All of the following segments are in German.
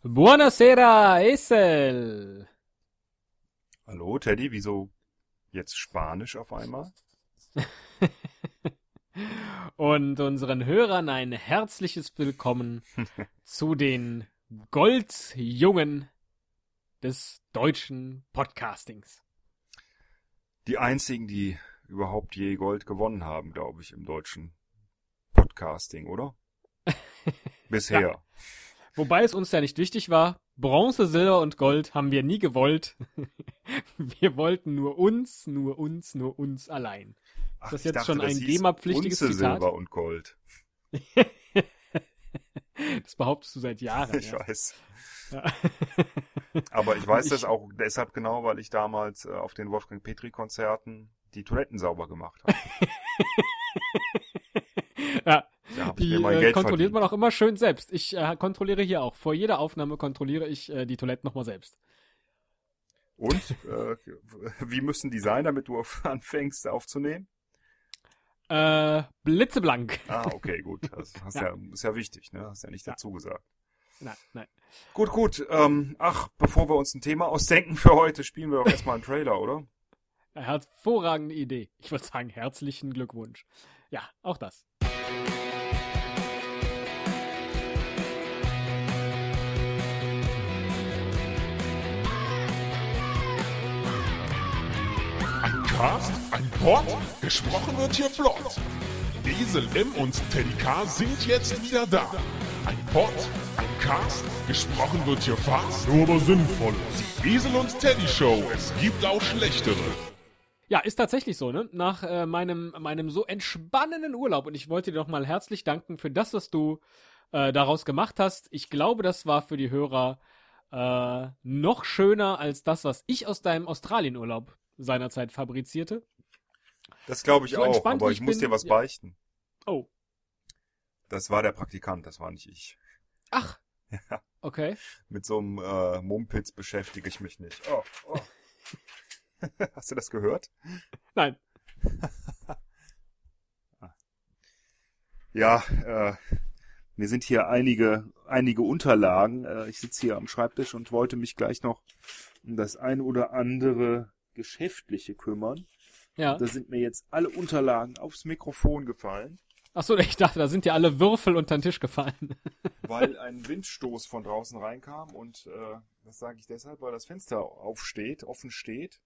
Buonasera, Esel. Hallo, Teddy, wieso jetzt Spanisch auf einmal? Und unseren Hörern ein herzliches Willkommen zu den Goldjungen des deutschen Podcastings. Die einzigen, die überhaupt je Gold gewonnen haben, glaube ich, im deutschen Podcasting, oder? Bisher. Ja. Wobei es uns ja nicht wichtig war. Bronze, Silber und Gold haben wir nie gewollt. Wir wollten nur uns allein. Ach, Das ist ich jetzt dachte, schon das ein hieß GEMA-pflichtiges Unze, Zitat. Silber und Gold. Das behauptest du seit Jahren. Ich Ja. weiß. Ja. Aber ich weiß das auch deshalb genau, weil ich damals auf den Wolfgang Petri-Konzerten die Toiletten sauber gemacht habe. Ja. Da habe ich Die mir mein Geld kontrolliert verdient. man auch immer schön selbst. Ich kontrolliere hier auch. Vor jeder Aufnahme kontrolliere ich die Toiletten nochmal selbst. Und wie müssen die sein, damit du anfängst aufzunehmen? Blitzeblank. Ah, okay, gut. Das Ja. ist ja wichtig, ne? Hast ja nicht Ja. dazu gesagt. Nein. Gut. Bevor wir uns ein Thema ausdenken für heute, spielen wir doch erstmal einen Trailer, oder? Hervorragende Idee. Ich würde sagen, herzlichen Glückwunsch. Ja, auch das. Ein Cast, ein Pod, gesprochen wird hier flott. Esel M und Teddy K sind jetzt wieder da. Ein Pod, ein Cast, gesprochen wird hier fast, nur aber sinnvoll. Die Esel und Teddy Show, es gibt auch schlechtere. Ja, ist tatsächlich so, ne? Nach meinem so entspannenden Urlaub. Und ich wollte dir nochmal herzlich danken für das, was du daraus gemacht hast. Ich glaube, das war für die Hörer noch schöner als das, was ich aus deinem Australienurlaub seinerzeit fabrizierte. Das glaube ich So auch, entspannt aber wie ich ich muss bin, dir was ja. beichten. Oh. Das war der Praktikant, das war nicht ich. Ach. Ja. Okay. Mit so einem Mumpitz beschäftige ich mich nicht. Oh. Hast du das gehört? Nein. Ja, mir sind hier einige Unterlagen. Ich sitze hier am Schreibtisch und wollte mich gleich noch um das ein oder andere Geschäftliche kümmern. Ja. Da sind mir jetzt alle Unterlagen aufs Mikrofon gefallen, Achso, ich dachte, da sind dir alle Würfel unter den Tisch gefallen. weil ein Windstoß von draußen reinkam und das sage ich deshalb, weil das Fenster offen steht.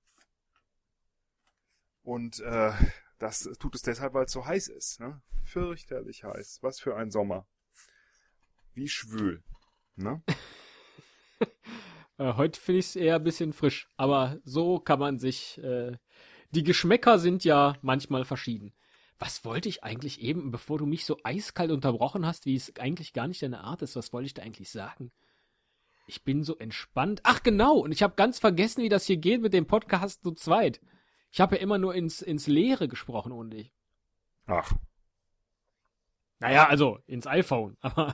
Und das tut es deshalb, weil es so heiß ist. Ne? Fürchterlich heiß. Was für ein Sommer. Wie schwül. Ne? Heute finde ich es eher ein bisschen frisch. Aber so kann man sich... die Geschmäcker sind ja manchmal verschieden. Was wollte ich eigentlich eben, bevor du mich so eiskalt unterbrochen hast, wie es eigentlich gar nicht deine Art ist, was wollte ich da eigentlich sagen? Ich bin so entspannt. Ach genau, und ich habe ganz vergessen, wie das hier geht mit dem Podcast zu zweit. Ich habe ja immer nur ins Leere gesprochen ohne dich. Ach, Naja, also ins iPhone, aber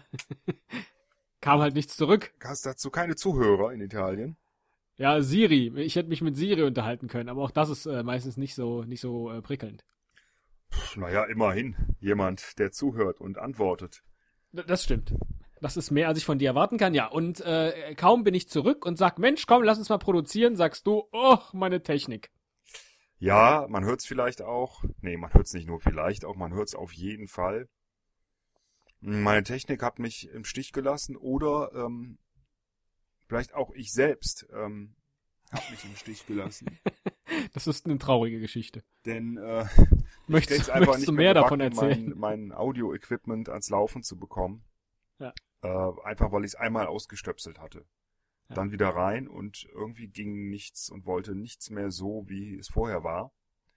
kam halt nichts zurück. hast dazu keine Zuhörer in Italien? Ja, Siri. Ich hätte mich mit Siri unterhalten können, aber auch das ist meistens nicht so prickelnd. Naja, immerhin. Jemand, der zuhört und antwortet. Das stimmt. Das ist mehr, als ich von dir erwarten kann, ja. Und kaum bin ich zurück und sag, Mensch, komm, lass uns mal produzieren, sagst du, oh, meine Technik. Ja, man hört es vielleicht auch. Nee, man hört es nicht nur vielleicht, auch man hört es auf jeden Fall. Meine Technik hat mich im Stich gelassen oder vielleicht auch ich selbst habe mich im Stich gelassen. Das ist eine traurige Geschichte. Denn Möchtest du mehr davon erzählen? mein Audio-Equipment ans Laufen zu bekommen. Ja. Einfach weil ich es einmal ausgestöpselt hatte. Ja. Dann wieder rein und irgendwie ging nichts und wollte nichts mehr so, wie es vorher war.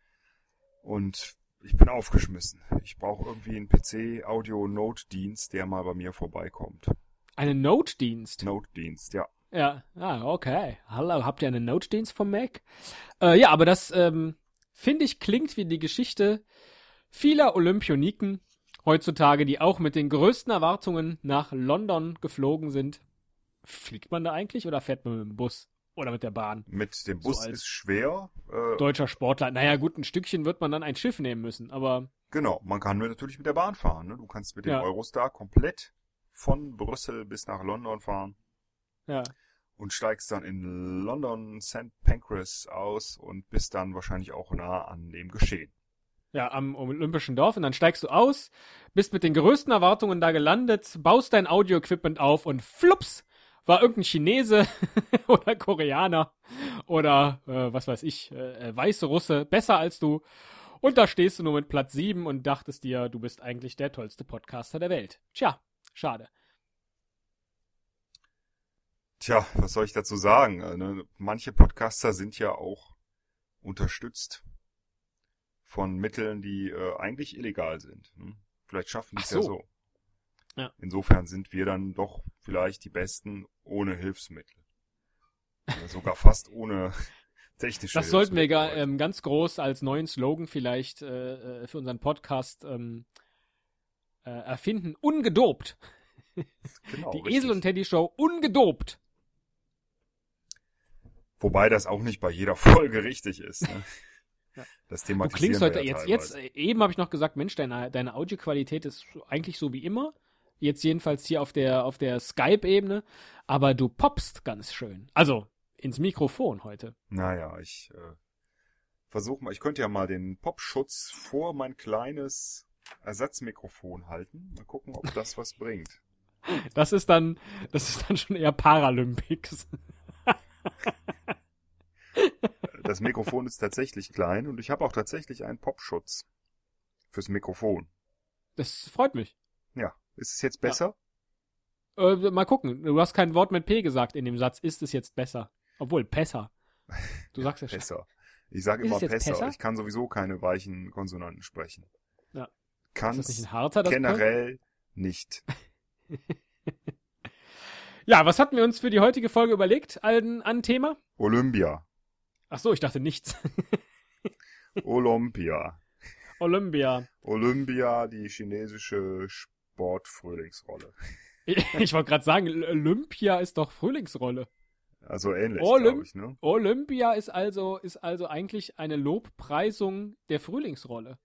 Und ich bin aufgeschmissen. Ich brauche irgendwie einen PC-Audio-Note-Dienst, der mal bei mir vorbeikommt. Einen Note-Dienst? Note-Dienst, ja. Ja, okay. Hallo, habt ihr einen Note-Dienst vom Mac? Ja, aber das, finde ich, klingt wie die Geschichte vieler Olympioniken heutzutage, die auch mit den größten Erwartungen nach London geflogen sind. Fliegt man da eigentlich oder fährt man mit dem Bus? Oder mit der Bahn? Mit dem So Bus als ist schwer. Deutscher Sportler. Naja, gut, ein Stückchen wird man dann ein Schiff nehmen müssen, aber... Genau, man kann natürlich mit der Bahn fahren. Ne? Du kannst mit dem Ja. Eurostar komplett von Brüssel bis nach London fahren. Ja. Und steigst dann in London St. Pancras aus und bist dann wahrscheinlich auch nah an dem Geschehen. Ja, am Olympischen Dorf. Und dann steigst du aus, bist mit den größten Erwartungen da gelandet, baust dein Audio-Equipment auf und flups, war irgendein Chinese oder Koreaner oder, was weiß ich, weiße Russe besser als du. Und da stehst du nur mit Platz 7 und dachtest dir, du bist eigentlich der tollste Podcaster der Welt. Tja, schade. Tja, was soll ich dazu sagen? Ne? Manche Podcaster sind ja auch unterstützt von Mitteln, die eigentlich illegal sind. Ne? Vielleicht schaffen die es ja so. Ja. Insofern sind wir dann doch vielleicht die Besten ohne Hilfsmittel. Oder sogar fast ohne technische Das sollten wir Hilfsmittel. ganz groß als neuen Slogan vielleicht für unseren Podcast erfinden. Ungedopt. Genau, Die richtig. Esel und Teddy Show ungedopt. Wobei das auch nicht bei jeder Folge richtig ist. Ne? Ja. Das Du thematisieren klingst wir heute ja jetzt teilweise. eben habe ich noch gesagt, Mensch, deine Audioqualität ist eigentlich so wie immer. Jetzt jedenfalls hier auf der Skype-Ebene. Aber du poppst ganz schön. Also ins Mikrofon heute. Naja, ich versuche mal, ich könnte ja mal den Popschutz vor mein kleines Ersatzmikrofon halten. Mal gucken, ob das was bringt. Das ist dann schon eher Paralympics. Das Mikrofon ist tatsächlich klein und ich habe auch tatsächlich einen Popschutz fürs Mikrofon. Das freut mich. Ja, ist es jetzt besser? Mal gucken. Du hast kein Wort mit P gesagt in dem Satz. Ist es jetzt besser? Obwohl, besser. Du sagst ja schon. Besser. Ich sage Ist immer es jetzt besser. besser? Ich kann sowieso keine weichen Konsonanten sprechen. Ja. Ist das Kann's nicht ein harter, das P? generell nicht. Ja, was hatten wir uns für die heutige Folge überlegt an Thema? Olympia. Ach so, ich dachte nichts. Olympia. Olympia. Olympia, die chinesische Sportfrühlingsrolle. Ich wollte gerade sagen, Olympia ist doch Frühlingsrolle. Also ähnlich, glaube ich, ne? Olympia ist also eigentlich eine Lobpreisung der Frühlingsrolle.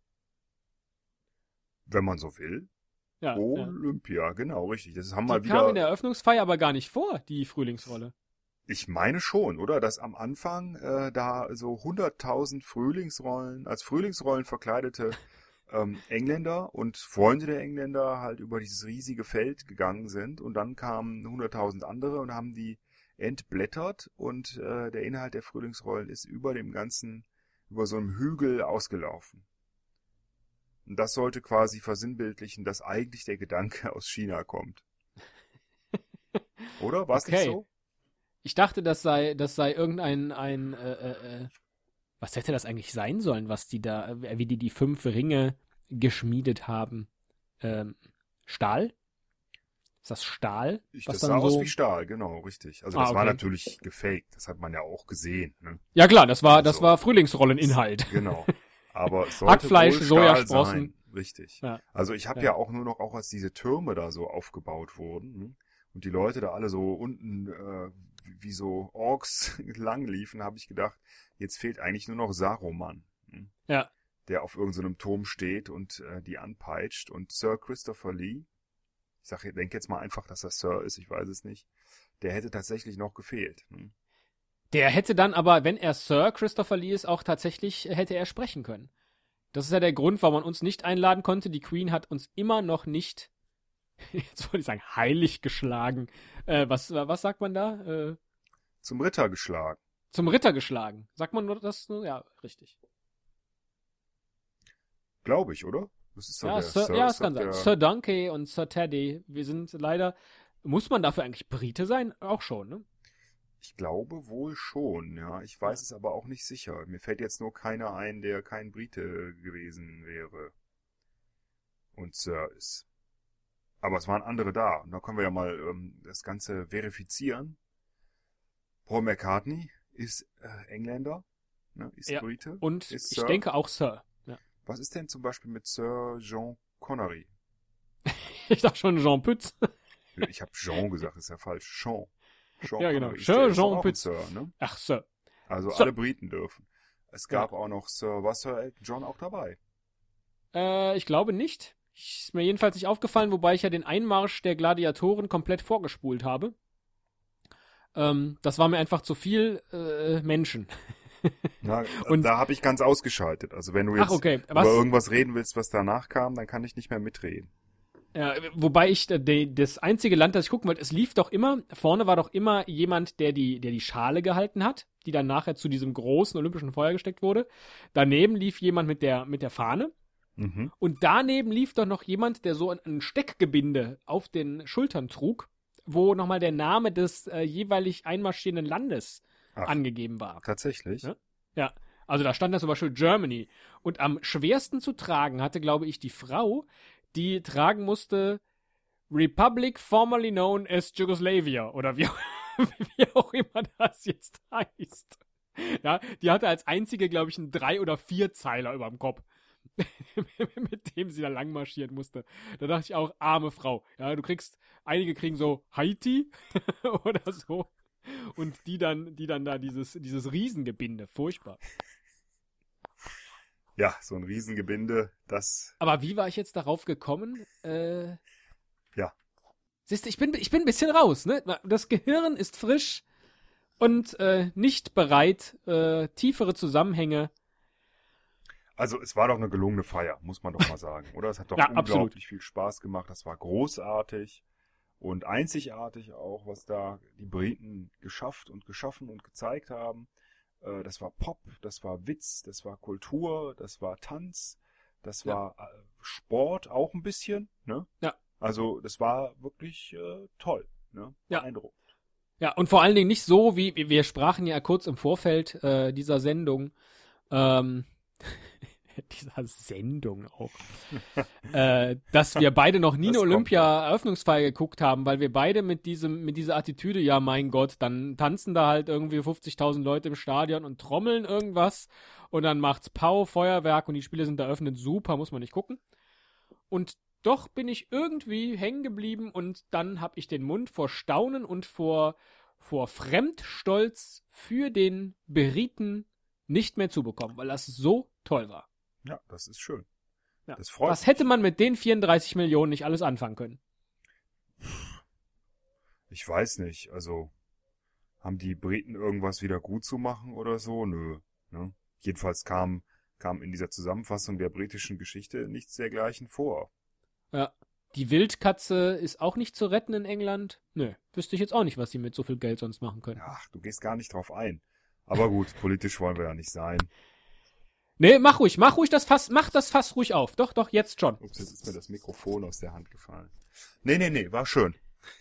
Wenn man so will. Ja, ja. Olympia, genau, richtig. Das haben Die mal kam in wieder. der Eröffnungsfeier aber gar nicht vor, die Frühlingsrolle. Ich meine schon, oder? Dass am Anfang da so 100.000 Frühlingsrollen, als Frühlingsrollen verkleidete Engländer und Freunde der Engländer halt über dieses riesige Feld gegangen sind und dann kamen 100.000 andere und haben die entblättert und der Inhalt der Frühlingsrollen ist über so einem Hügel ausgelaufen. Und das sollte quasi versinnbildlichen, dass eigentlich der Gedanke aus China kommt. Oder? War es nicht so? Ich dachte, das sei irgendein was hätte das eigentlich sein sollen, was die da, wie die 5 Ringe geschmiedet haben? Stahl? Ist das Stahl? Das sah aus wie Stahl, genau, richtig. Also das war natürlich gefaked, das hat man ja auch gesehen. Ne? Ja klar, das war Frühlingsrolleninhalt. Genau. Aber es sollte Hackfleisch, wohl Sojasprossen. Stahl sein. Richtig. Ja. Also ich habe ja auch nur noch, auch als diese Türme da so aufgebaut wurden, ne? Und die Leute da alle so unten wie so Orks lang liefen, habe ich gedacht, jetzt fehlt eigentlich nur noch Saruman. Ne? Ja. Der auf irgendeinem Turm steht und die anpeitscht. Und Sir Christopher Lee, ich denke jetzt mal einfach, dass er Sir ist, ich weiß es nicht, der hätte tatsächlich noch gefehlt. Ne? Der hätte dann aber, wenn er Sir Christopher Lee ist, auch tatsächlich hätte er sprechen können. Das ist ja der Grund, warum man uns nicht einladen konnte. Die Queen hat uns immer noch nicht, jetzt wollte ich sagen, heilig geschlagen. Was sagt man da? Zum Ritter geschlagen. Zum Ritter geschlagen. Sagt man nur das? Ja, richtig. Glaube ich, oder? Das ist Ja, Sir, es kann sein. Sir Donkey und Sir Teddy. Wir sind leider, muss man dafür eigentlich Brite sein? Auch schon, ne? Ich glaube wohl schon, ja. Ich weiß es aber auch nicht sicher. Mir fällt jetzt nur keiner ein, der kein Brite gewesen wäre. Und Sir ist. Aber es waren andere da. Und da können wir ja mal das Ganze verifizieren. Paul McCartney ist Engländer, ne? Ist Brite. Und ist ich Sir. denke auch Sir. Ja. Was ist denn zum Beispiel mit Sir John Connery? Ich dachte schon Jean Pütz. Ich habe Jean gesagt, ist ja falsch. Jean ja, genau. Connery. Sir Ist Jean auch ein Pütz. Sir, ne? Ach, Sir. Also Sir. alle Briten dürfen. Es gab auch noch war Sir Elton John auch dabei? Ich glaube nicht. Ist mir jedenfalls nicht aufgefallen, wobei ich ja den Einmarsch der Gladiatoren komplett vorgespult habe. Das war mir einfach zu viel Menschen. Na, Und- da habe ich ganz ausgeschaltet. Also wenn du jetzt Okay. über irgendwas reden willst, was danach kam, dann kann ich nicht mehr mitreden. Ja, wobei ich das einzige Land, das ich gucken wollte, es lief doch immer, vorne war doch immer jemand, der die Schale gehalten hat, die dann nachher zu diesem großen olympischen Feuer gesteckt wurde. Daneben lief jemand mit der Fahne. Mhm. Und daneben lief doch noch jemand, der so ein Steckgebinde auf den Schultern trug, wo nochmal der Name des jeweilig einmarschierenden Landes Ach. angegeben war. Tatsächlich? Ja. Ja, also da stand da zum Beispiel Germany. Und am schwersten zu tragen hatte, glaube ich, die Frau, die tragen musste Republic formerly known as Yugoslavia oder wie auch immer das jetzt heißt. Ja, die hatte als einzige, glaube ich, einen 3- oder 4-Zeiler über dem Kopf, mit dem sie da lang marschieren musste. Da dachte ich auch, arme Frau. Ja, einige kriegen so Haiti oder so. Und die dann da dieses Riesengebinde, furchtbar. Ja, so ein Riesengebinde, das... Aber wie war ich jetzt darauf gekommen? Ja. Siehst du, ich bin ein bisschen raus, ne? Das Gehirn ist frisch und nicht bereit, tiefere Zusammenhänge. Also es war doch eine gelungene Feier, muss man doch mal sagen, oder? Es hat doch Ja, unglaublich absolut. viel Spaß gemacht. Das war großartig und einzigartig auch, was da die Briten geschafft und geschaffen und gezeigt haben. Das war Pop, das war Witz, das war Kultur, das war Tanz, das Ja. war Sport auch ein bisschen, ne? Ja. Also das war wirklich toll, ne? Ja. Beeindruckend. Ja, und vor allen Dingen nicht so, wie wir sprachen ja kurz im Vorfeld dieser Sendung, dieser Sendung auch, dass wir beide noch nie Das eine kommt Olympia-Eröffnungsfeier geguckt haben, weil wir beide mit dieser Attitüde, ja mein Gott, dann tanzen da halt irgendwie 50.000 Leute im Stadion und trommeln irgendwas und dann macht's Pau, Feuerwerk und die Spiele sind eröffnet, super, muss man nicht gucken. Und doch bin ich irgendwie hängen geblieben und dann habe ich den Mund vor Staunen und vor Fremdstolz für den Briten nicht mehr zubekommen, weil das so toll war. Ja, das ist schön. Ja. Das freut Was hätte man mit den 34 Millionen nicht alles anfangen können? Ich weiß nicht, also haben die Briten irgendwas wieder gut zu machen oder so? Nö. Ne? Jedenfalls kam in dieser Zusammenfassung der britischen Geschichte nichts dergleichen vor. Ja. Die Wildkatze ist auch nicht zu retten in England. Nö, wüsste ich jetzt auch nicht, was sie mit so viel Geld sonst machen können. Ach, du gehst gar nicht drauf ein. Aber gut, politisch wollen wir ja nicht sein. Nee, mach das Fass ruhig auf. Doch, jetzt schon. Ups, jetzt ist mir das Mikrofon aus der Hand gefallen. Nee, war schön.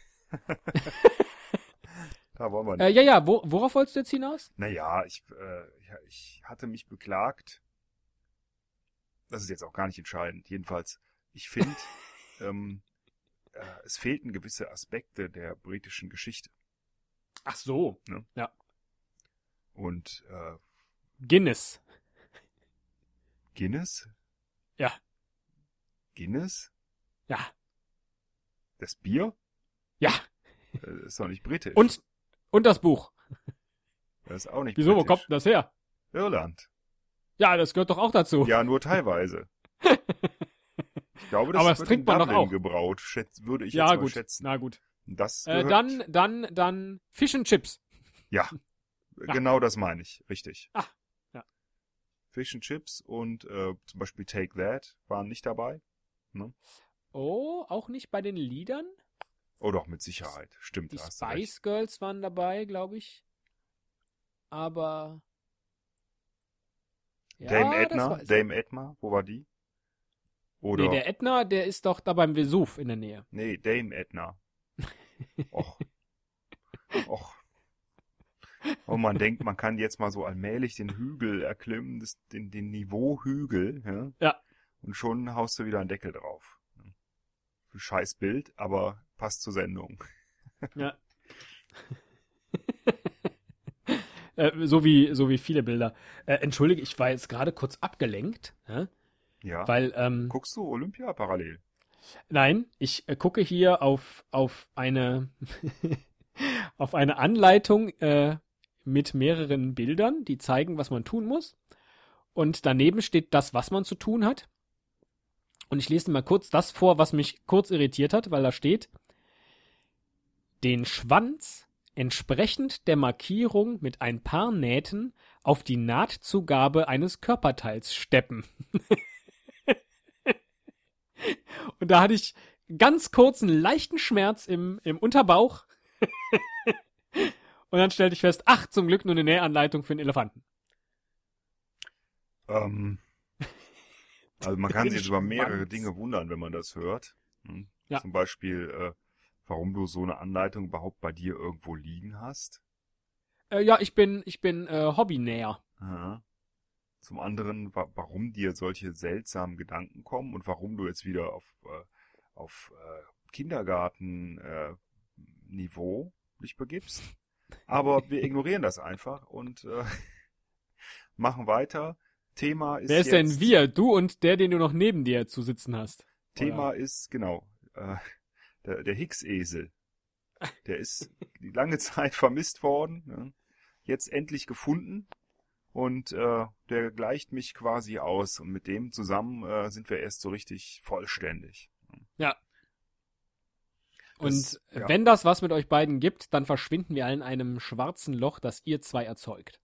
Da wollen wir nicht. Ja, worauf wolltest du jetzt hinaus? Naja, ich hatte mich beklagt. Das ist jetzt auch gar nicht entscheidend. Jedenfalls, ich finde, es fehlten gewisse Aspekte der britischen Geschichte. Ach so. Ne? Ja. Und Guinness. Guinness? Ja. Guinness? Ja. Das Bier? Ja. Ist doch nicht britisch. Und das Buch. Das ist auch nicht Wieso, wo britisch. kommt denn das her? Irland. Ja, das gehört doch auch dazu. Ja, nur teilweise. Ich glaube, das Aber das wird trinkt in man doch Dublin auch. gebraut, würde ich Ja, jetzt mal gut. schätzen. Na gut. Das gehört, Dann Fish and Chips. ja, genau das meine ich, richtig. Ah, ja. Fish and Chips und zum Beispiel Take That waren nicht dabei. Ne? Oh, auch nicht bei den Liedern? Oh doch, mit Sicherheit. Stimmt, Die da hast du recht. Spice Girls waren dabei, glaube ich. Aber... Ja, Dame Edna, wo war die? Oder, Nee, der Ätna, der ist doch da beim Vesuv in der Nähe. nee, Dame Edna. Och. Und man denkt, man kann jetzt mal so allmählich den Hügel erklimmen, den Niveauhügel, ja? Ja. Und schon haust du wieder einen Deckel drauf. Scheiß Bild, aber passt zur Sendung. Ja. So wie viele Bilder. Entschuldige, ich war jetzt gerade kurz abgelenkt, Ja. weil Guckst du Olympia parallel? nein, ich gucke hier auf eine auf eine Anleitung mit mehreren Bildern, die zeigen, was man tun muss. Und daneben steht das, was man zu tun hat. Und ich lese mal kurz das vor, was mich kurz irritiert hat, weil da steht: Den Schwanz entsprechend der Markierung mit ein paar Nähten auf die Nahtzugabe eines Körperteils steppen. Und da hatte ich ganz kurz einen leichten Schmerz im Unterbauch. Und dann stellte ich fest, ach, zum Glück nur eine Nähanleitung für einen Elefanten. Also man kann sich jetzt über mehrere Dinge wundern, wenn man das hört. Ja. Zum Beispiel, warum du so eine Anleitung überhaupt bei dir irgendwo liegen hast. Ja, ich bin Hobbynäher. Aha. Zum anderen, warum dir solche seltsamen Gedanken kommen und warum du jetzt wieder auf Kindergarten-Niveau dich begibst. Aber wir ignorieren das einfach und machen weiter. Thema ist Wer ist denn wir? Du und der, den du noch neben dir zu sitzen hast. Thema ist, genau, der Hicks-Esel. Der ist die lange Zeit vermisst worden, ne? Jetzt endlich gefunden und der gleicht mich quasi aus und mit dem zusammen sind wir erst so richtig vollständig. Ja. Und Ja. wenn das was mit euch beiden gibt, dann verschwinden wir in einem schwarzen Loch, das ihr zwei erzeugt.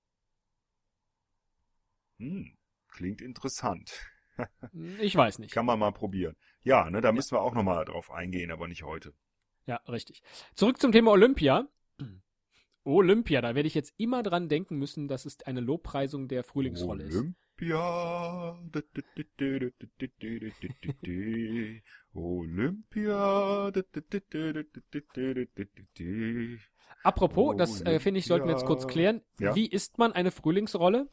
Klingt interessant. Ich weiß nicht. Kann man mal probieren. Ja, ne, da müssen wir auch nochmal drauf eingehen, aber nicht heute. Ja, richtig. Zurück zum Thema Olympia. Olympia, da werde ich jetzt immer dran denken müssen, dass es eine Lobpreisung der Frühlingsrolle ist. Olympia. Olympia. Apropos, das finde ich, sollten wir jetzt kurz klären. Ja. Wie isst man eine Frühlingsrolle?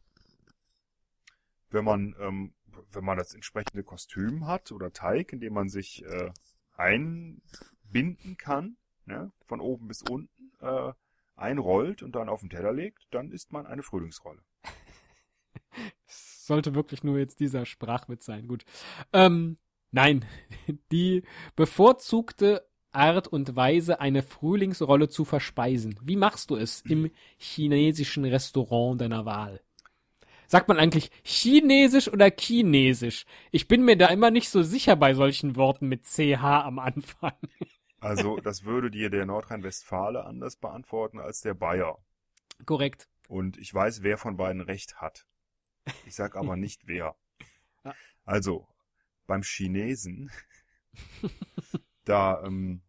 Wenn man das entsprechende Kostüm hat oder Teig, in dem man sich einbinden kann, ne, von oben bis unten, einrollt und dann auf den Teller legt, dann isst man eine Frühlingsrolle. Sollte wirklich nur jetzt dieser Sprachwitz sein. Gut. Nein, die bevorzugte Art und Weise, eine Frühlingsrolle zu verspeisen. Wie machst du es im chinesischen Restaurant deiner Wahl? Sagt man eigentlich chinesisch oder chinesisch? Ich bin mir da immer nicht so sicher bei solchen Worten mit CH am Anfang. Also, das würde dir der Nordrhein-Westfale anders beantworten als der Bayer. Korrekt. Und ich weiß, wer von beiden recht hat. Ich sag aber nicht wer. Ja. Also, beim Chinesen, da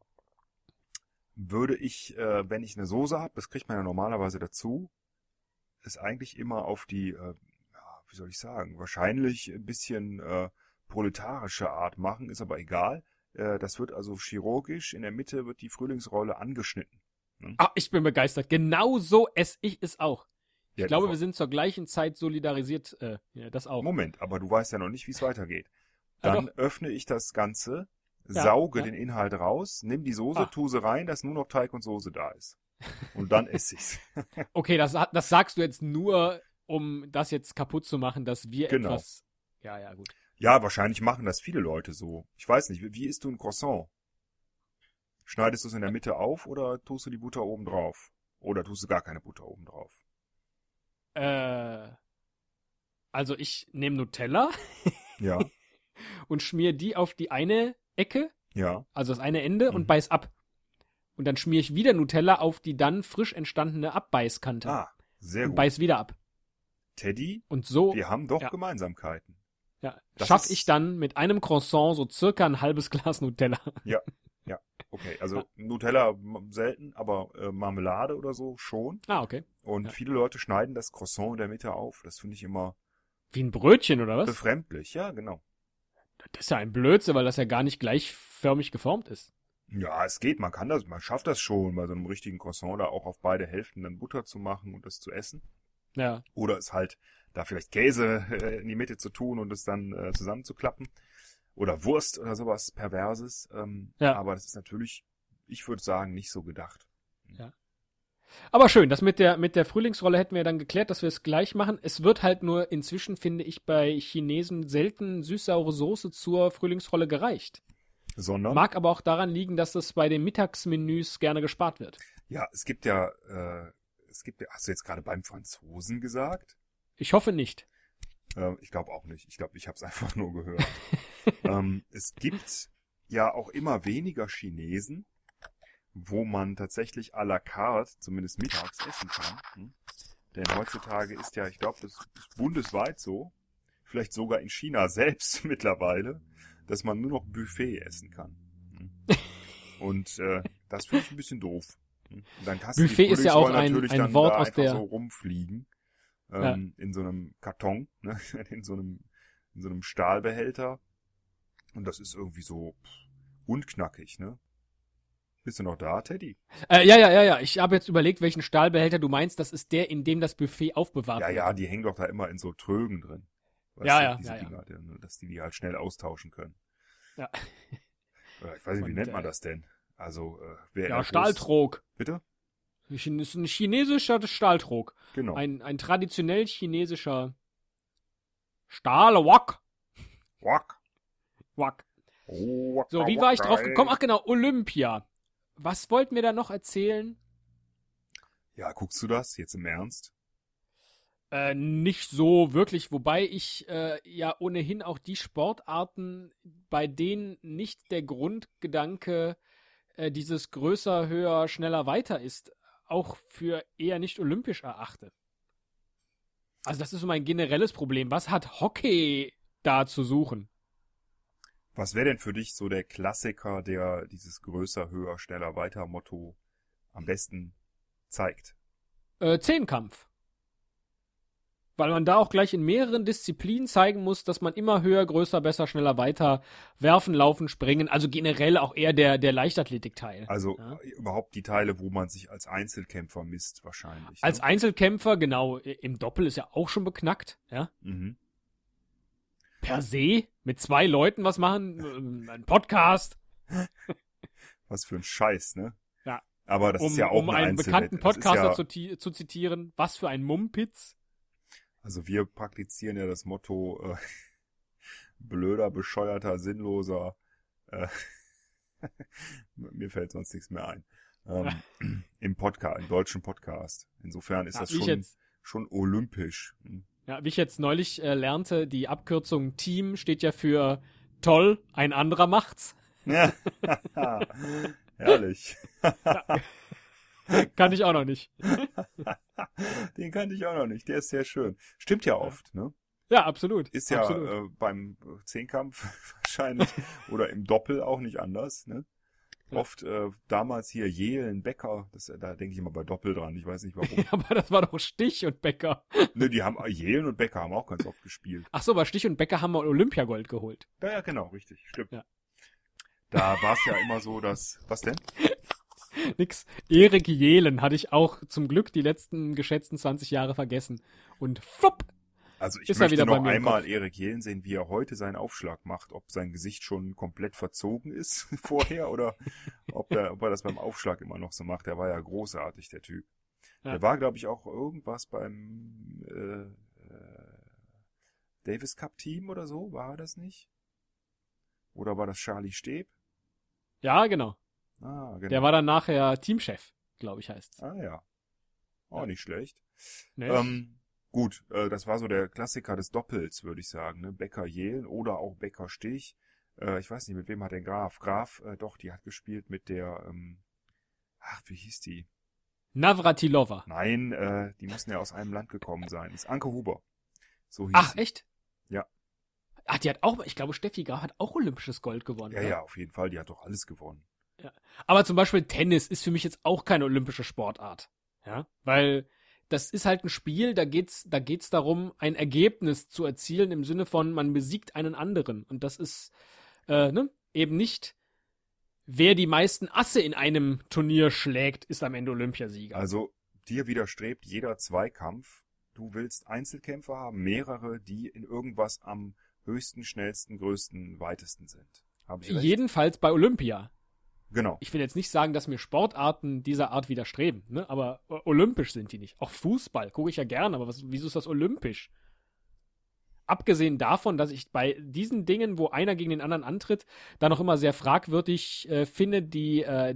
würde ich, wenn ich eine Soße habe, das kriegt man ja normalerweise dazu, es eigentlich immer auf die, wie soll ich sagen, wahrscheinlich ein bisschen proletarische Art machen, ist aber egal. Das wird also chirurgisch, in der Mitte wird die Frühlingsrolle angeschnitten. Ah, ich bin begeistert. Genau so esse ich es auch. Ich Ja, glaube, wir sind zur gleichen Zeit solidarisiert. Ja, das auch. Moment, aber du weißt ja noch nicht, wie es weitergeht. Ja, Dann doch. öffne ich das Ganze, Ja, sauge ja. den Inhalt raus, nimm die Soße, Ah. tu sie rein, dass nur noch Teig und Soße da ist. Und dann esse ich's. Okay, das sagst du jetzt nur, um das jetzt kaputt zu machen, dass wir Genau. etwas... Ja, gut. Ja, wahrscheinlich machen das viele Leute so. Ich weiß nicht, wie isst du ein Croissant? Schneidest du es in der Mitte auf oder tust du die Butter oben drauf? Oder tust du gar keine Butter oben drauf? Also ich nehme Nutella Ja, und schmier die auf die eine Ecke, ja. also das eine Ende, und Mhm. beiß ab. Und dann schmier ich wieder Nutella auf die dann frisch entstandene Abbeißkante. Ah, sehr und gut. beiß wieder ab. Teddy, Und so wir haben doch ja. Gemeinsamkeiten. Das schaffe ist- ich dann mit einem Croissant so circa ein halbes Glas Nutella. Okay, also Nutella selten, aber Marmelade oder so schon. Ah, okay. Und Ja. viele Leute schneiden das Croissant in der Mitte auf. Das finde ich immer Wie ein Brötchen, oder was? befremdlich. Ja, genau. Das ist ja ein Blödsinn, weil das ja gar nicht gleichförmig geformt ist. Ja, es geht, man schafft das schon, bei so einem richtigen Croissant da auch auf beide Hälften dann Butter zu machen und das zu essen. Ja. Oder es halt da vielleicht Käse in die Mitte zu tun und es dann zusammenzuklappen. Oder Wurst oder sowas Perverses. Ja. Aber das ist natürlich, ich würde sagen, nicht so gedacht. Aber schön, das mit der Frühlingsrolle hätten wir dann geklärt, dass wir es gleich machen. Es wird halt nur inzwischen, finde ich, bei Chinesen selten süß-saure Soße zur Frühlingsrolle gereicht. Sondern, Mag aber auch daran liegen, dass das bei den Mittagsmenüs gerne gespart wird. ja, hast du jetzt gerade beim Franzosen gesagt? Ich hoffe nicht. Ich glaube auch nicht. Ich glaube, ich habe es einfach nur gehört. Es gibt ja auch immer weniger Chinesen, wo man tatsächlich à la carte, zumindest mittags, essen kann. Denn heutzutage ist ja, ich glaube, das ist bundesweit so, vielleicht sogar in China selbst mittlerweile, dass man nur noch Buffet essen kann. Und das finde ich ein bisschen doof. Und dann hast Buffet die ist ja auch natürlich ein dann Wort da aus einfach der... so rumfliegen. In so einem Karton, ne? in so einem Stahlbehälter. Und das ist irgendwie so unknackig, ne? Bist du noch da, Teddy? Ja. Ich habe jetzt überlegt, welchen Stahlbehälter du meinst. Das ist der, in dem das Buffet aufbewahrt wird. Ja, die hängen doch da immer in so Trögen drin. Weißt diese Dinger, dass die halt schnell austauschen können. Ja. Ich weiß nicht, wie nennt man das denn? Also, Stahltrog. Bitte? Das ist ein chinesischer Stahltrog. Genau. Ein traditionell chinesischer Stahlwok. Wok. So, wie war ich drauf gekommen? Ach genau, Olympia. Was wollten wir da noch erzählen? Ja, guckst du das jetzt im Ernst? Nicht so wirklich, wobei ich ja ohnehin auch die Sportarten, bei denen nicht der Grundgedanke dieses größer, höher, schneller, weiter ist, auch für eher nicht olympisch erachte. Also das ist so mein generelles Problem. Was hat Hockey da zu suchen? Was wäre denn für dich so der Klassiker, der dieses größer, höher, schneller, weiter Motto am besten zeigt? Zehnkampf. Weil man da auch gleich in mehreren Disziplinen zeigen muss, dass man immer höher, größer, besser, schneller, weiter werfen, laufen, springen. Also generell auch eher der Leichtathletikteil. Also überhaupt die Teile, wo man sich als Einzelkämpfer misst wahrscheinlich. Als ne? Einzelkämpfer, genau. Im Doppel ist ja auch schon beknackt. Ja. Mhm. Per se mit 2 Leuten was machen, ein Podcast. Was für ein Scheiß, ne? Ja. Aber das ist ja auch um einen bekannten Podcaster zu zitieren, was für ein Mumpitz. Also wir praktizieren ja das Motto blöder, bescheuerter, sinnloser. Mir fällt sonst nichts mehr ein. Im deutschen Podcast. Insofern ist das schon olympisch. Ja, wie ich jetzt neulich lernte, die Abkürzung Team steht ja für toll, ein anderer macht's. Herrlich. Kann ich auch noch nicht. Den kannte ich auch noch nicht. Der ist sehr schön. Stimmt ja oft, ne? Ja, absolut. Ist ja beim Zehnkampf wahrscheinlich oder im Doppel auch nicht anders, ne? Ja. Oft damals hier Jelen, Becker, da denke ich immer bei Doppel dran, ich weiß nicht warum. Ja, aber das war doch Stich und Becker. Ne, Jelen und Becker haben auch ganz oft gespielt. Ach so, bei Stich und Becker haben wir Olympiagold geholt. Ja, genau, richtig, stimmt. Ja. Da war es ja immer so, dass... Was denn? Nix. Erik Jelen hatte ich auch zum Glück die letzten geschätzten 20 Jahre vergessen. Und fupp! Also ich möchte noch einmal Erik Jelen sehen, wie er heute seinen Aufschlag macht. Ob sein Gesicht schon komplett verzogen ist vorher oder ob er das beim Aufschlag immer noch so macht. Der war ja großartig, der Typ. Ja. Der war, glaube ich, auch irgendwas beim Davis Cup Team oder so. War er das nicht? Oder war das Charlie Steb? Ja, genau. Ah, genau. Der war dann nachher Teamchef, glaube ich, heißt's. Ah ja. Auch nicht schlecht. Nee. Gut, das war so der Klassiker des Doppels, würde ich sagen. Ne? Becker-Jelen oder auch Becker-Stich. Ich weiß nicht, mit wem hat der Graf? Doch, die hat gespielt mit der, wie hieß die? Navratilova. Nein, die müssen ja aus einem Land gekommen sein. Das ist Anke Huber. So hieß Ach, sie. echt? Ja. Ach, die hat auch, ich glaube, Steffi Graf hat auch olympisches Gold gewonnen. Ja, ja, auf jeden Fall. Die hat doch alles gewonnen. Ja. Aber zum Beispiel Tennis ist für mich jetzt auch keine olympische Sportart. Ja, weil das ist halt ein Spiel, da geht's darum, ein Ergebnis zu erzielen im Sinne von, man besiegt einen anderen. Und das ist eben nicht, wer die meisten Asse in einem Turnier schlägt, ist am Ende Olympiasieger. Also dir widerstrebt jeder Zweikampf. Du willst Einzelkämpfer haben, mehrere, die in irgendwas am höchsten, schnellsten, größten, weitesten sind. Hab ich recht? Jedenfalls bei Olympia. Genau. Ich will jetzt nicht sagen, dass mir Sportarten dieser Art widerstreben, ne? Aber olympisch sind die nicht. Auch Fußball gucke ich ja gerne, aber wieso ist das olympisch? Abgesehen davon, dass ich bei diesen Dingen, wo einer gegen den anderen antritt, da noch immer sehr fragwürdig finde, die ja,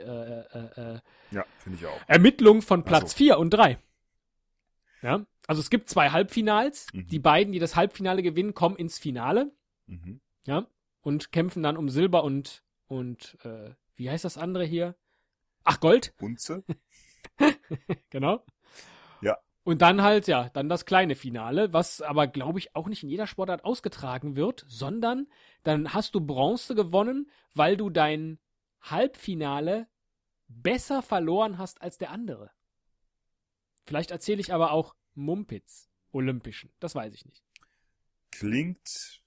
finde ich auch. Ermittlung von Platz 4 und 3. Ja, also es gibt 2 Halbfinals. Mhm. Die beiden, die das Halbfinale gewinnen, kommen ins Finale. Mhm. Ja, und kämpfen dann um Silber und wie heißt das andere hier? Ach, Gold? Unze. Genau. Ja. Und dann halt, ja, dann das kleine Finale, was aber, glaube ich, auch nicht in jeder Sportart ausgetragen wird, sondern dann hast du Bronze gewonnen, weil du dein Halbfinale besser verloren hast als der andere. Vielleicht erzähle ich aber auch Mumpitz, Olympischen, das weiß ich nicht. Klingt,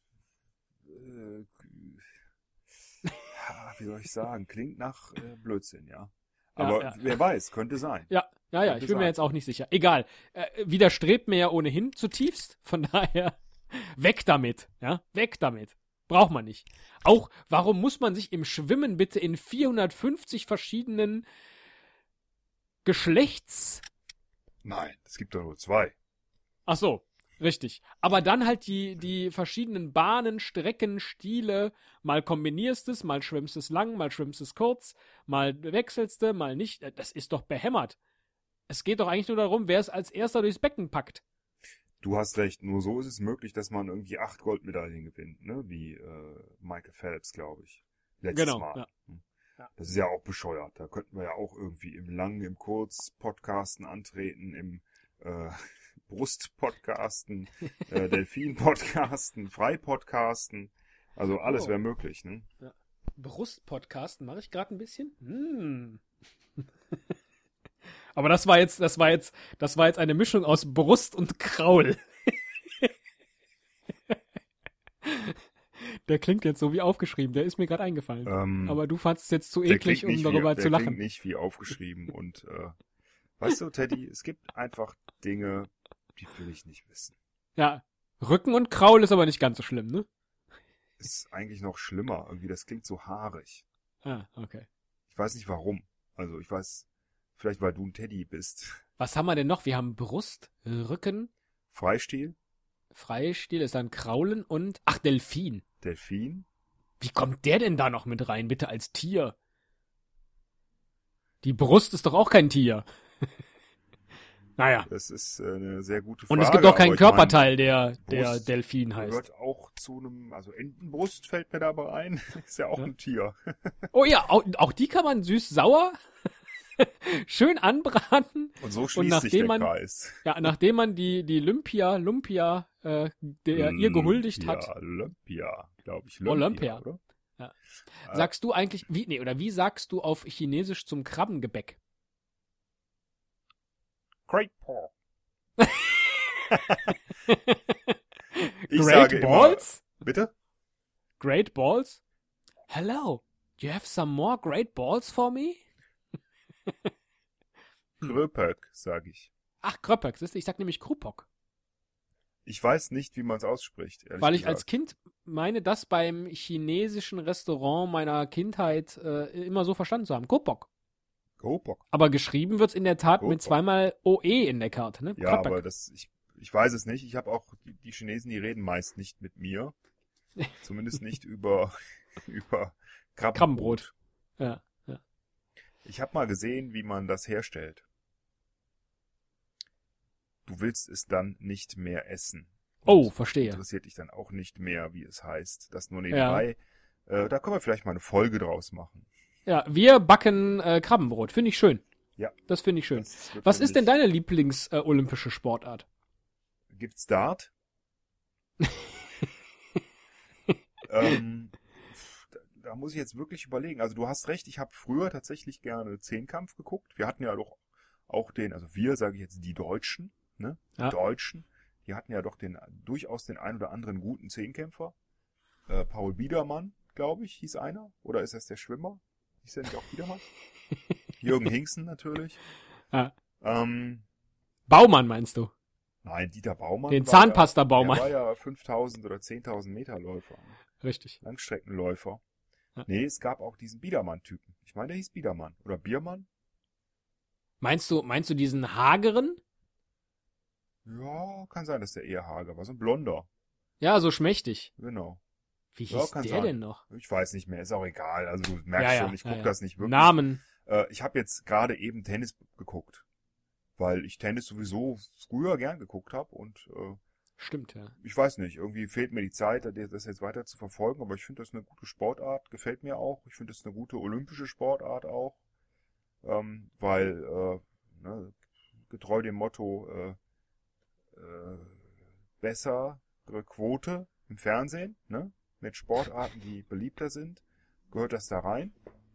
wie soll ich sagen, klingt nach Blödsinn, ja. Aber Ja. wer weiß, könnte sein. Ja, Könnte ich bin mir sein. jetzt auch nicht sicher. Egal, widerstrebt mir ja ohnehin zutiefst, von daher weg damit, ja, weg damit. Braucht man nicht. Auch, warum muss man sich im Schwimmen bitte in 450 verschiedenen Geschlechts... Nein, es gibt doch nur 2. Ach so, richtig. Aber dann halt die verschiedenen Bahnen, Strecken, Stile, mal kombinierst es, mal schwimmst es lang, mal schwimmst es kurz, mal wechselst du, mal nicht. Das ist doch behämmert. Es geht doch eigentlich nur darum, wer es als erster durchs Becken packt. Du hast recht, nur so ist es möglich, dass man irgendwie 8 Goldmedaillen gewinnt, ne? Wie Michael Phelps, glaube ich. Letztes Genau, Mal. ja. Ja. Das ist ja auch bescheuert. Da könnten wir ja auch irgendwie im Lang, im Kurz-Podcasten antreten, im Brust-Podcasten, Delfin-Podcasten, Frei-Podcasten. Also alles wäre möglich, ne? Ja. Brust-Podcasten mache ich gerade ein bisschen. Aber das war jetzt eine Mischung aus Brust und Kraul. Der klingt jetzt so wie aufgeschrieben, der ist mir gerade eingefallen. Aber du fandest es jetzt zu eklig, um darüber zu Der lachen. klingt nicht wie aufgeschrieben und weißt du, Teddy, es gibt einfach Dinge, die will ich nicht wissen. Ja, Rücken und Kraul ist aber nicht ganz so schlimm, ne? Ist eigentlich noch schlimmer. Irgendwie, das klingt so haarig. Ah, okay. Ich weiß nicht warum. Also ich weiß, vielleicht weil du ein Teddy bist. Was haben wir denn noch? Wir haben Brust, Rücken, Freistil, Freistil ist dann Kraulen und, ach, Delfin. Delfin. Wie kommt der denn da noch mit rein, bitte als Tier? Die Brust ist doch auch kein Tier. Naja. Das ist eine sehr gute Frage. Und es gibt auch keinen aber ich Körperteil, der Brust Delfin heißt. gehört auch zu einem, also Entenbrust fällt mir dabei ein. Ist ja auch ein Tier. Oh ja, auch die kann man süß-sauer schön anbraten. Und so schließt sich der Kreis. Ja, nachdem man die Lumpia, der ihr gehuldigt hat. Olympia, glaube ich. Olympia. Oder? Ja. Sagst du eigentlich, wie sagst du auf Chinesisch zum Krabbengebäck? Great Paw. Great Balls? Bitte? Great Balls? Hello, you have some more great balls for me? Kröpök, sage ich. Ach, Kröpök, ich sag nämlich Krupok. Ich weiß nicht, wie man es ausspricht, ehrlich Weil ich gesagt. als Kind meine, das beim chinesischen Restaurant meiner Kindheit immer so verstanden zu haben. Krupok. Kröpök. Aber geschrieben wird's in der Tat Krupok. mit zweimal OE in der Karte, ne? Ja, Kröpök. aber ich weiß es nicht. Ich habe auch, die Chinesen, die reden meist nicht mit mir. Zumindest nicht über Krabbenbrot. Ja. Ich habe mal gesehen, wie man das herstellt. Du willst es dann nicht mehr essen. Oh, verstehe. Interessiert dich dann auch nicht mehr, wie es heißt. Das nur nebenbei. Da können wir vielleicht mal eine Folge draus machen. Ja, wir backen Krabbenbrot. Finde ich schön. Ja. Das finde ich schön. Das wird Was ist denn nämlich- deine Lieblings-olympische Sportart? Gibt's Dart? Da muss ich jetzt wirklich überlegen. Also du hast recht, ich habe früher tatsächlich gerne Zehnkampf geguckt. Wir hatten ja doch auch also wir, sage ich jetzt, die Deutschen, ne? Ja. Die Deutschen, die hatten ja doch durchaus den ein oder anderen guten Zehnkämpfer. Paul Biedermann, glaube ich, hieß einer. Oder ist das der Schwimmer? Hieß der nicht auch Biedermann? Jürgen Hinksen natürlich. Ja. Ähm, Baumann meinst du? Nein, Dieter Baumann. Den war Zahnpasta-Baumann. Der war ja 5000 oder 10.000 Meter Läufer. Richtig. Langstreckenläufer. Ja. Nee, es gab auch diesen Biedermann-Typen. Ich meine, der hieß Biedermann. Oder Biermann? Meinst du diesen hageren? Ja, kann sein, dass der eher hager war. So ein Blonder. Ja, so schmächtig. Genau. Wie Ja, hieß kann der sein. denn noch? Ich weiß nicht mehr, ist auch egal. Also du merkst schon, ich gucke das nicht wirklich. Namen. Ich habe jetzt gerade eben Tennis geguckt. Weil ich Tennis sowieso früher gern geguckt habe und Stimmt, ja. ich weiß nicht, irgendwie fehlt mir die Zeit, das jetzt weiter zu verfolgen, aber ich finde das eine gute Sportart, gefällt mir auch. Ich finde das eine gute olympische Sportart auch. weil getreu dem Motto bessere Quote im Fernsehen, ne? Mit Sportarten, die beliebter sind, gehört das da rein.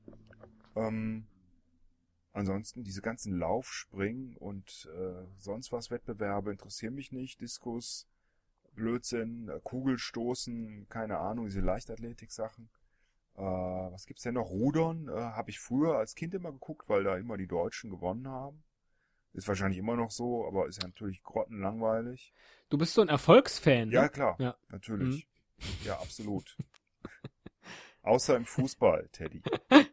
Ansonsten diese ganzen Lauf-, Spring- und sonst was Wettbewerbe interessieren mich nicht. Diskus, Blödsinn, Kugelstoßen, keine Ahnung, diese Leichtathletik-Sachen. Was gibt's denn noch? Rudern habe ich früher als Kind immer geguckt, weil da immer die Deutschen gewonnen haben. Ist wahrscheinlich immer noch so, aber ist ja natürlich grottenlangweilig. Du bist so ein Erfolgsfan, ne? Ja, klar, Ja. natürlich. Ja, absolut. Außer im Fußball, Teddy.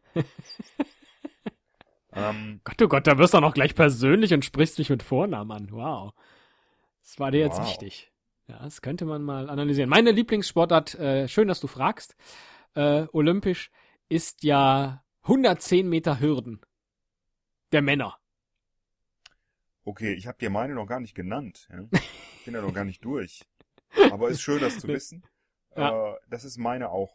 Gott, oh Gott, da wirst du auch noch gleich persönlich und sprichst mich mit Vornamen an. Wow. Das war dir jetzt Wow. wichtig. Ja, das könnte man mal analysieren. Meine Lieblingssportart, schön, dass du fragst, olympisch, ist ja 110 Meter Hürden der Männer. Okay, ich habe dir meine noch gar nicht genannt. Ja? Ich bin ja noch gar nicht durch. Aber ist schön, das zu wissen. Ja. Das ist meine auch.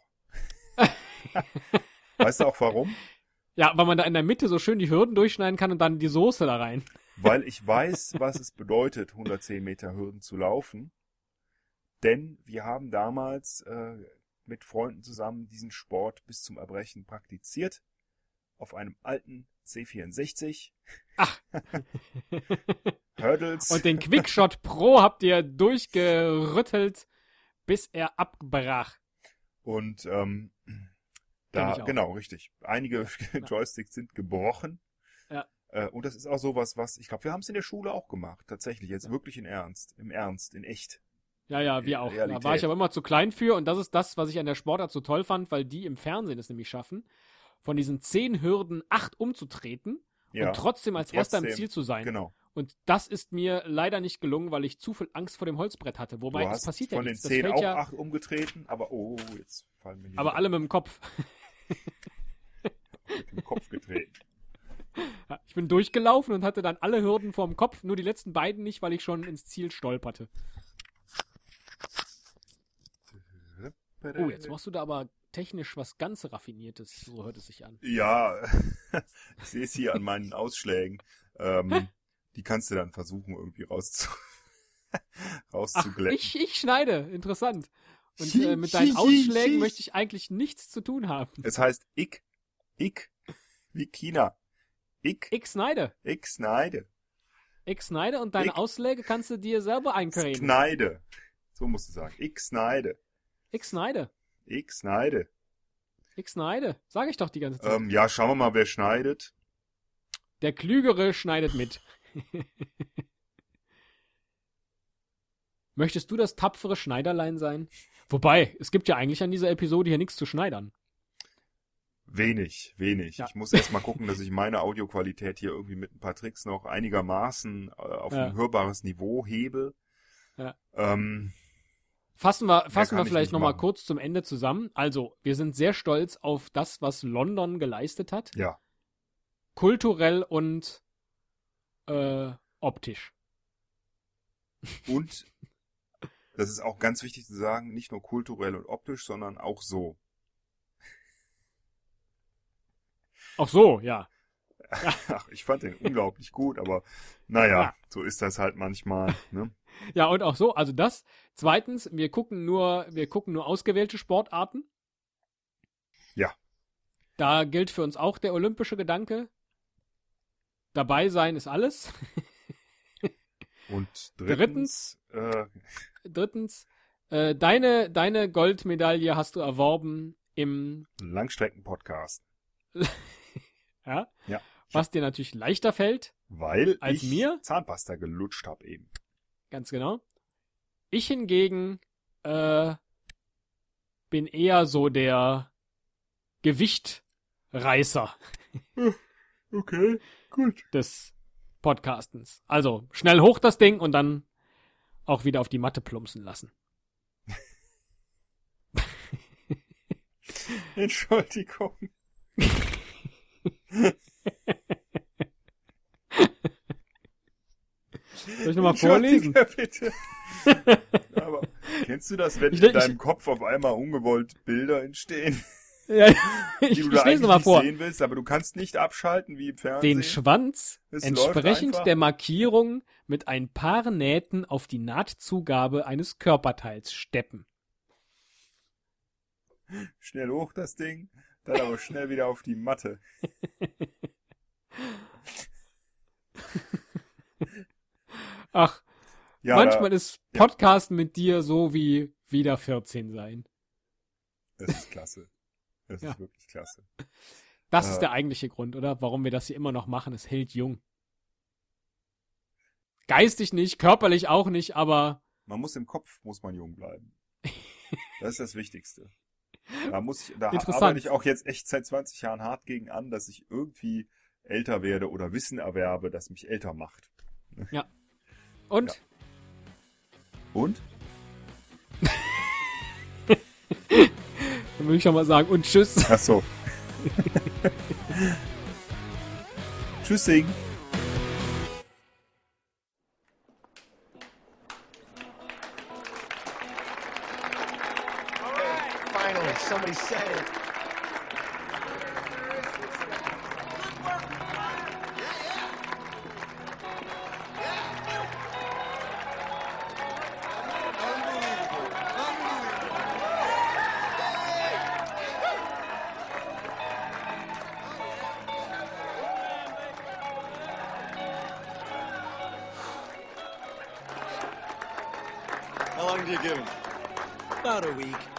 Weißt du auch warum? Ja, weil man da in der Mitte so schön die Hürden durchschneiden kann und dann die Soße da rein. Weil ich weiß, was es bedeutet, 110 Meter Hürden zu laufen. Denn wir haben damals mit Freunden zusammen diesen Sport bis zum Erbrechen praktiziert. Auf einem alten C64. Ach. Hurdles. Und den Quickshot Pro habt ihr durchgerüttelt, bis er abbrach. Und Kenn da, ich auch. genau, richtig. Einige Joysticks sind gebrochen. Ja. Und das ist auch sowas, was, ich glaube, wir haben es in der Schule auch gemacht. Tatsächlich, jetzt wirklich in Ernst, in echt. Ja, wir auch. Realität. Da war ich aber immer zu klein für und das ist das, was ich an der Sportart so toll fand, weil die im Fernsehen es nämlich schaffen, von diesen 10 Hürden 8 umzutreten Ja. und trotzdem als erster im Ziel zu sein. Genau. Und das ist mir leider nicht gelungen, weil ich zu viel Angst vor dem Holzbrett hatte. Wobei, Du es hast passiert ja von den nichts. Das 10 fällt auch ja, 8 umgetreten, aber jetzt fallen mir hier aber alle mit dem Kopf. mit dem Kopf getreten. Ja, ich bin durchgelaufen und hatte dann alle Hürden vorm Kopf, nur die letzten beiden nicht, weil ich schon ins Ziel stolperte. Oh, jetzt machst du da aber technisch was ganz Raffiniertes, so hört es sich an. Ja, ich sehe es hier an meinen Ausschlägen. Die kannst du dann versuchen, irgendwie Ach, rauszuglätten. ich schneide, interessant. Und mit deinen Ausschlägen möchte ich eigentlich nichts zu tun haben. Es heißt ich, wie China. Ich schneide. schneide. Ich schneide und deine Ich- Ausschläge kannst du dir selber einkriegen. Schneide. So musst du sagen. Ich schneide. Ich schneide. Ich schneide. Ich schneide. Sag ich doch die ganze Zeit. Ja, schauen wir mal, wer schneidet. Der Klügere schneidet mit. Möchtest du das tapfere Schneiderlein sein? Wobei, es gibt ja eigentlich an dieser Episode hier nichts zu schneidern. Wenig. Ja. Ich muss erst mal gucken, dass ich meine Audioqualität hier irgendwie mit ein paar Tricks noch einigermaßen auf Ja. ein hörbares Niveau hebe. Ja. kann Fassen wir ich vielleicht nicht nochmal machen. kurz zum Ende zusammen. Also, wir sind sehr stolz auf das, was London geleistet hat. Ja. Kulturell und optisch. Und das ist auch ganz wichtig zu sagen, nicht nur kulturell und optisch, sondern auch so. Ach so, ja. Ach, ich fand den unglaublich gut, aber naja, Ja. so ist das halt manchmal. Ne? Ja, und auch so, also das. Zweitens, wir gucken nur ausgewählte Sportarten. Ja. Da gilt für uns auch der olympische Gedanke. Dabei sein ist alles. Und drittens, Drittens, deine Goldmedaille hast du erworben im, Langstrecken-Podcast. ja, Ja. was dir natürlich leichter fällt, Weil Als ich mir? Zahnpasta gelutscht habe eben. ganz genau. Ich hingegen bin eher so der Gewichtreißer Okay, gut. des Podcastens. Also schnell hoch das Ding und dann auch wieder auf die Matte plumpsen lassen. Entschuldigung. Soll ich nochmal vorlesen? Entschuldige, bitte. Aber kennst du das, wenn Ich- in ich- deinem Kopf auf einmal ungewollt Bilder entstehen? Ja, die ich du da lese eigentlich mal nicht vor. sehen willst, aber du kannst nicht abschalten wie im Fernsehen. Den Schwanz Es entsprechend läuft einfach. der Markierung mit ein paar Nähten auf die Nahtzugabe eines Körperteils steppen. Schnell hoch das Ding, dann aber schnell wieder auf die Matte. Ach, Ja, manchmal ist Podcasten mit dir so wie wieder 14 sein. das ist klasse. Das Ja. ist wirklich klasse. Das ist der eigentliche Grund, oder? Warum wir das hier immer noch machen. Es hält jung. Geistig nicht, körperlich auch nicht, aber Man muss im Kopf, muss man jung bleiben. Das ist das Wichtigste. Da Interessant. arbeite ich auch jetzt echt seit 20 Jahren hart gegen an, dass ich irgendwie älter werde oder Wissen erwerbe, das mich älter macht. ja. Und? Ja. Und? Dann würde ich schon mal sagen, und tschüss. Ach so. Tschüssing. Finally, somebody said it. How long do you give him? About a week.